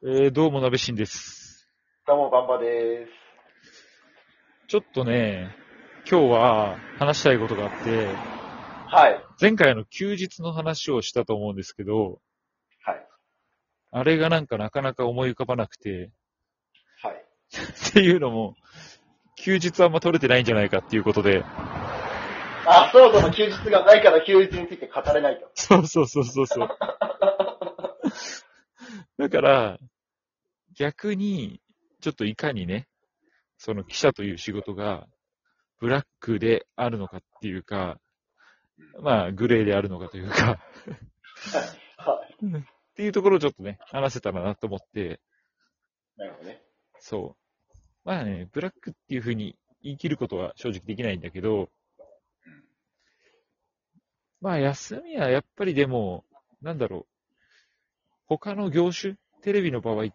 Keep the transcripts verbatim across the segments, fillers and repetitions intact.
えー、どうも、なべしんです。 どうも、バンバです。 ちょっとね、今日は話したいことがあって、 はい。 前回の休日の話をしたと思うんですけど、 はい。 あれがなんかなかなか思い浮かばなくて、 はい。 っていうのも、休日あんま取れてないんじゃないかっていうことで、 あ、そもそも休日がないから休日について語れないと。 そうそうそうそうそう。だから、逆に、ちょっといかにね、その記者という仕事が、ブラックであるのかっていうか、まあ、グレーであるのかというか、 はい。はい。 っていうところをちょっとね、話せたらなと思って、 なるほどね。 そう。まあね、ブラックっていうふうに言い切ることは正直できないんだけど、まあ休みはやっぱりでも、なんだろう、他の業種、テレビの場合って、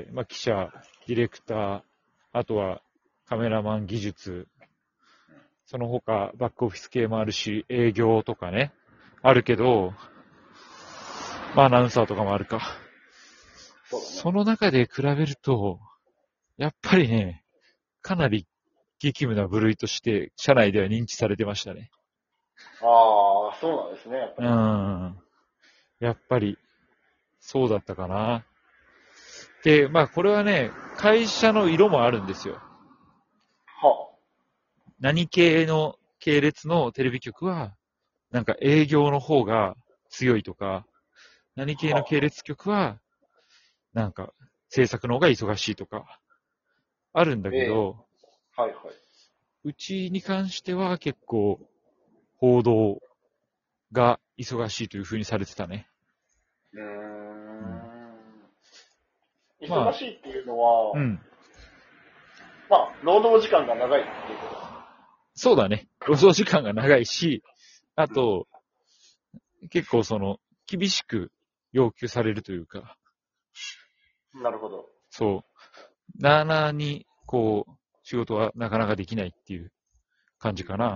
まあ記者、ディレクター、あとはカメラマン技術、その他バックオフィス系もあるし、営業とかね、あるけど、まあアナウンサーとかもあるか。 そうだね。 その中で比べると、やっぱりね、かなり激務な部類として社内では認知されてましたね。 ああ、そうなんですね、やっぱうり。 ん。やっぱり、そうだったかな。で、まあこれはね、会社の色もあるんですよ。 は何系の系列のテレビ局は、なんか営業の方が強いとか、何あ。はあ。 系の系列局は、なんか制作の方が忙しいとか、あるんだええ。 けど、 はいはい。 うちに関しては結構報道が忙しいという風にされてたね。 うーうん、 ん。 まあ、 忙しいっていうのは、 うん。 まあ、労働時間が長いっていうことですか？ そうだね。労働時間が長いし、あうん。 と、結構その、厳しく要求されるというか、 なるほど。 そう、なあなあに、こう、仕事はなかなかできないっていう感うん。 じかな。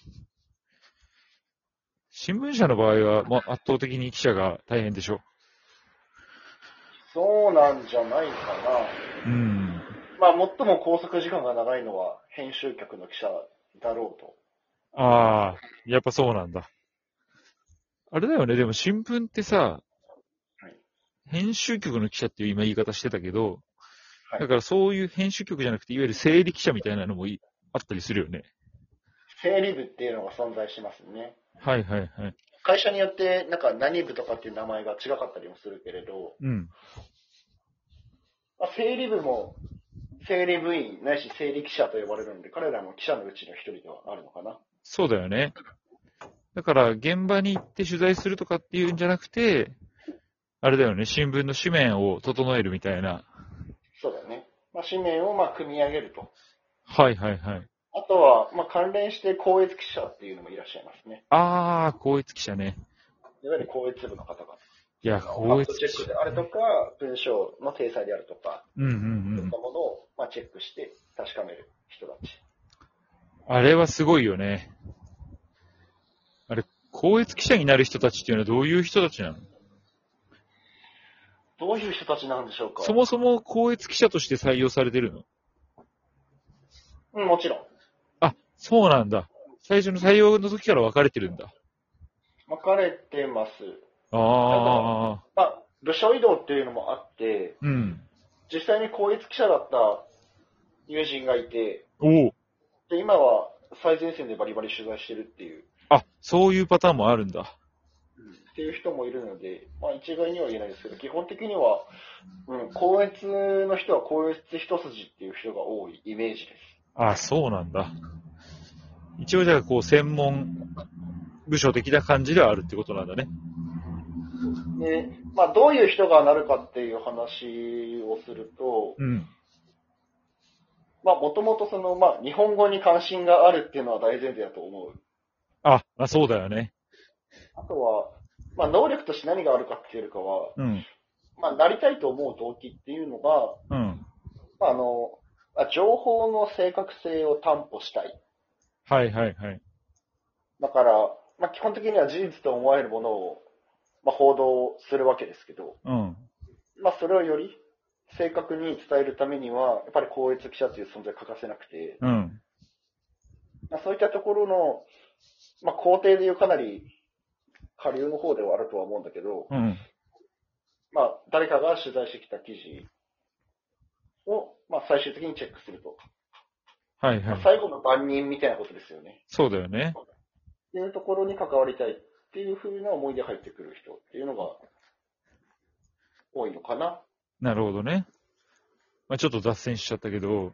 新聞社の場合は、もう圧倒的に記者が大変でしょそうなんじゃないかな。 う。うん。 まあ、最も拘束時間が長いのは編集局の記者だろうと思いますああ、 けど。 やっぱそうなんだ。あれだよね、でも新聞ってさ、 はい。 編集局の記者っていう今言い方してたけど、 はい。 だからそういう編集局じゃなくて、いわゆる整理記者みたいなのもいあったりするよね。 整理部っていうのが存在しますね。 はいはいはい。 会社によって、なんか何部とかっていう名前が違かったりもするけれど、 うん。 まあ、整理部も整理部員ないし整理記者と呼ばれるので、彼らも記者のうちの一人ではあるのかな。 そうだよね。だから、現場に行って取材するとかっていうんじゃなくて、あれだよね、新聞の紙面を整えるみたいな。 そうだね。まあ、紙面をまあ組み上げると。 はいはいはい。 あとは、まあ、関連して校閲記者っていうのもいらっしゃいますね。 あー、校閲記者ね。 いわゆる校閲部の方々。 いや、 そのファ校クトチェック閲記者。 であるとか、文章の体裁であるとか、 うんうんうそういっん。 たものをまあチェックして確かめる人たち。 あれはすごいよね。あれ、校閲記者になる人たちっていうのはどういう人たちなの？ どういう人たちなんでしょうか。 そもそも校閲記者として採用されてるの？ うん、もちろん。 あ、そうなんだ。最初の採用の時から分かれてるんだ。 分かれてます。ただ、 あー、 まあ、部署移動っていうのもあって、 うん。 実際に校閲記者だった友人がいて、 おお。 で、今は最前線でバリバリ取材してるっていう、 あ、そういうパターンもあるんだ。 っていう人もいるので、まあ一概には言えないですけど、基本的には、うん、校閲の人は校閲一筋っていう人が多いイメージです。 あ、そうなんだ。一応じゃあ、こう、専門部署的な感じではあるってことなんだね。 で、まあどういう人がなるかっていう話をすると、 うん。 まあもともとその、まあ日本語に関心があるっていうのは大前提だと思う。 あ、まあ、そうだよね。 あとは、まあ能力として何があるかっていうよりかは、 うん。 まあなりたいと思う動機っていうのが、 うん。 まああの、まあ情報の正確性を担保したい。 はいはいはい。 だから、まあ基本的には事実と思えるものを、まあ報道するわけですけど、 うん。 まあそれをより、 正確に伝えるためには、やっぱり校閲記者という存在欠かせなくて、 うん。 まあ、そういったところの、まあ、工程でいうかなり下流の方ではあるとは思うんだけど、 うん。 まあ、誰かが取材してきた記事を、まあ、最終的にチェックすると。まあ、 はいはい。 最後の番人みたいなことですよね。 そうだよね。 っていうところに関わりたいっていう風な思いで入ってくる人っていうのが多いのかな。 なるほどね。まあ、ちょっと脱線しちゃったけど、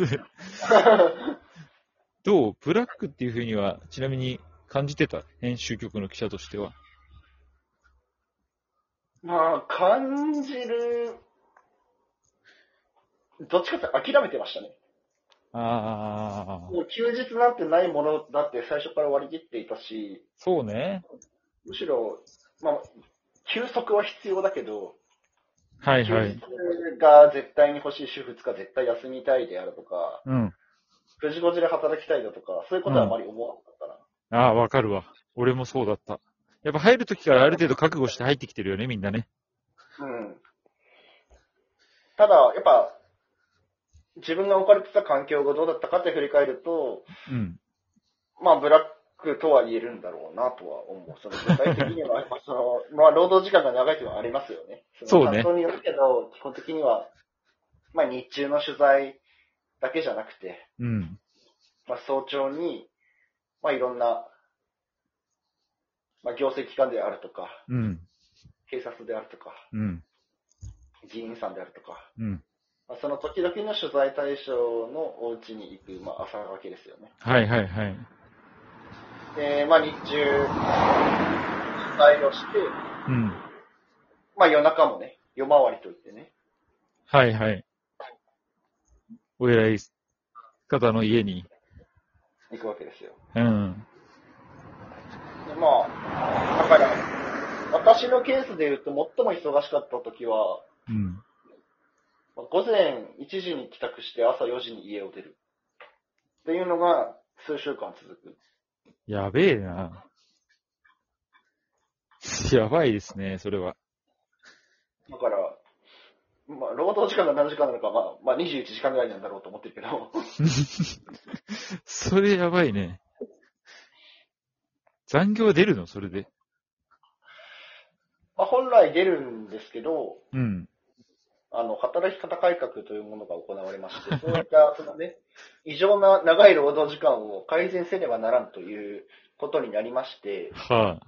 どうブラックっていうふうには、ちなみに感じてた編集局の記者としては。 まあ、感じる、どっちかって諦めてましたね。 ああ、 もう休日なんてないものだって最初から割り切っていたし、 そうね。 むしろ、まあ、休息は必要だけど、休日はいはい。 が絶対に欲しい週ふつか絶対休みたいであるとか、 うん。 くじごじで働きたいだとか、そういうことはあまうん。 り思わなかったな。 ああ、わかるわ。俺もそうだった。やっぱ入るときからある程度覚悟して入ってきてるよね、みんなね。 うん。ただ、やっぱ、自分が置かれてた環境がどうだったかって振り返ると、 うん。 まあ、ブラックとは言えるんだろうなとは思う。その具体的には、まあ、その、まあ、労働時間が長いというのはありますよね。そのそうね。 担当によるけど、基本的には、まあ、日中の取材だけじゃなくて、 うん。 まあ、早朝に、まあ、いろんな、まあ、行政機関であるとか、 うん。 警察であるとか、 うん。 議員さんであるとか、 うん。 まあ、その時々の取材対象のお家に行く、まあ、朝がけですよね。 はいはいはい。 で、まあ、日中、取材をして、 うん。 まあ、夜中もね、夜回りといってね、 はいはい。お偉い方の家に。 行くわけですよ。 うん。 で、まあ、だから、私のケースで言うと、最も忙しかった時は、 うん。 まあ午前いちじに帰宅して朝よじに家を出る。っていうのが数週間続く。 やべえな。やばいですね、それは。 だから、まあ、労働時間が何時間なのか、まあ、まあ、にじゅういちじかんぐらいなんだろうと思ってるけど、 それやばいね。残業出るのそれで。 まあ、本来出るんですけど、 うん。 あの、働き方改革というものが行われまして、そういった、そのね、異常な長い労働時間を改善せねばならんということになりまして、 はあ。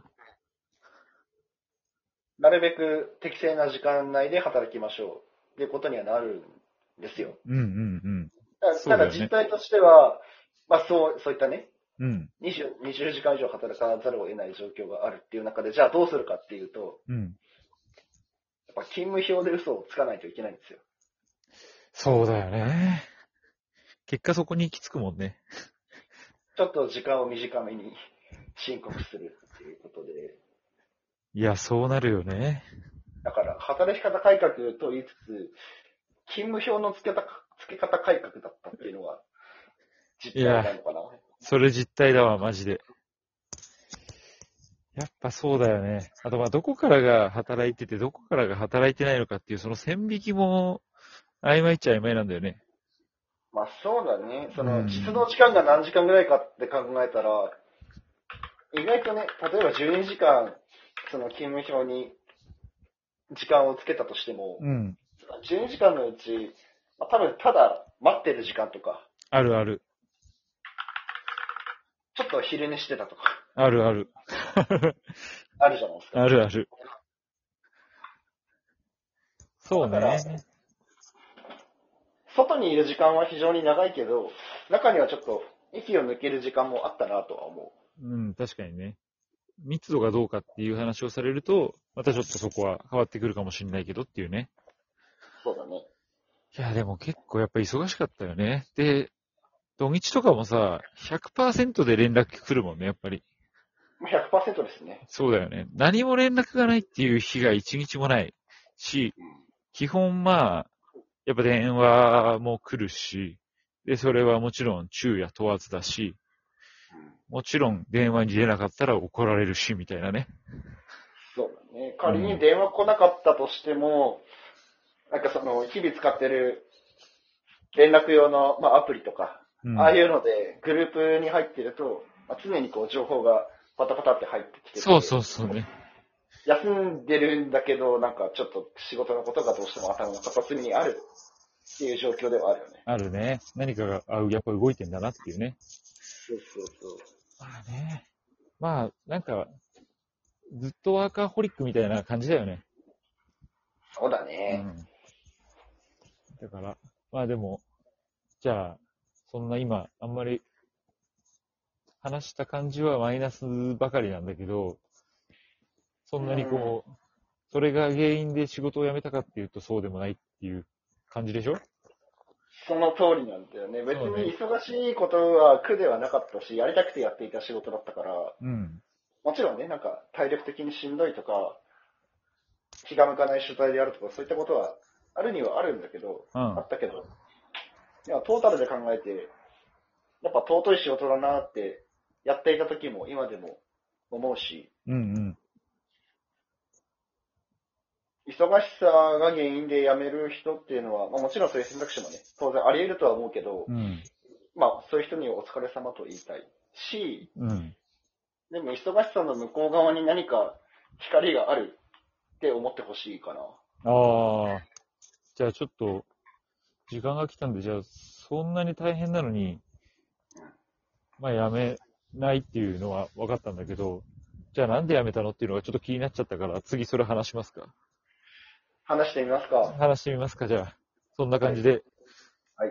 なるべく適正な時間内で働きましょうということにはなるんですよ。 うんうんうん。 たただそうだよね。 実態としては、まあそう、そういったね、 うん。 にじゅう、にじゅうじかん以上働かざるを得ない状況があるっていう中で、じゃあどうするかっていうと、 うん。 やっぱ勤務表で嘘をつかないといけないんですよ。 そうだよね。結果そこに行き着くもんね。 ちょっと時間を短めに申告するっていうことで、 いや、そうなるよね。 だから働き方改革と言いつつ、勤務表の付けた付け方改革だったっていうのが実いや、 態なのかな。 それ実態だわ、マジで。やっぱそうだよね。あと、まあ、どこからが働いてて、どこからが働いてないのかっていう、その線引きも曖昧っちゃ曖昧なんだよね。 まあそうだね。その実うん。 働時間が何時間ぐらいかって考えたら、意外とね、例えばじゅうにじかん、その勤務表に時間をつけたとしても、 うん。 じゅうにじかんのうち、まあ、多分ただ待ってる時間とか、 あるある。 ちょっと昼寝してたとか、 あるある。 あるじゃないですか。 あるある。そうだから、 ね。 外にいる時間は非常に長いけど、中にはちょっと息を抜ける時間もあったなとは思うん、確かにね。密度がどうかっていう話をされると、またちょっとそこは変わってくるかもしれないけどっていうね。 う。そうだね。 いや、でも結構やっぱ忙しかったよね。で、土日とかもさ、ひゃくパーセントで連絡来るもんね、やっぱり。 まあひゃくパーセントですね。 そうだよね。何も連絡がないっていう日が一日もないし、 うん。 基本まあ、やっぱ電話も来るし、で、それはもちろん昼夜問わずだし、もちろん電話に出なかったら怒られるし、みたいなね。 そうだね。仮にうん。 電話来なかったとしても、 なんかその、日々使ってる連絡用の、まあ、アプリとか、 うん、 ああいうので、グループに入ってると、まあ、常にこう、情報がパタパタって入ってきてて、 そうそうそうね。 休んでるんだけど、なんかちょっと仕事のことがどうしても頭の片隅にあるっていう状況ではあるよね。 あるね。何かが、あ、やっぱ動いてんだなっていうね。 そうそうそう。 まあね。まあ、なんか、ずっとワーカーホリックみたいな感じだよね。 そうだうね。 ん。だから、まあでも、じゃあ、そんな今、あんまり話した感じはマイナスばかりなんだけど、そんなにこう、それが原因で仕事を辞めたかっていうとそうでもないっていう感じでしょ？ その通りなんだよね。別そうね。 に忙しいことは苦ではなかったし、やりたくてやっていた仕事だったから、 うん。 もちろんね、なんか体力的にしんどいとか、気が向かない取材であるとか、そういったことはあるにはあるんだけど、 うん。 あったけど、いやトータルで考えて、やっぱ尊い仕事だなってやっていた時も今でも思うし、 うんうん。 忙しさが原因で辞める人っていうのは、まあ、もちろんそういう選択肢もね、当然あり得るとは思うけど、 うん。 まあそういう人にお疲れ様と言いたいし、 うん。 でも忙しさの向こう側に何か光があるって思ってほしいかな。 ああ。じゃあちょっと、時間が来たんで、じゃあ、そんなに大変なのに、まあ辞めないっていうのは分かったんだけど、じゃあなんで辞めたのっていうのがちょっと気になっちゃったから、次それ話しますか。 話してみますか。は話してみますか、じゃあ。そんな感じい。 で。 はい。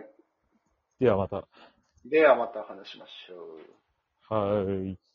ではまた。 ではまた話しましょう。 はい。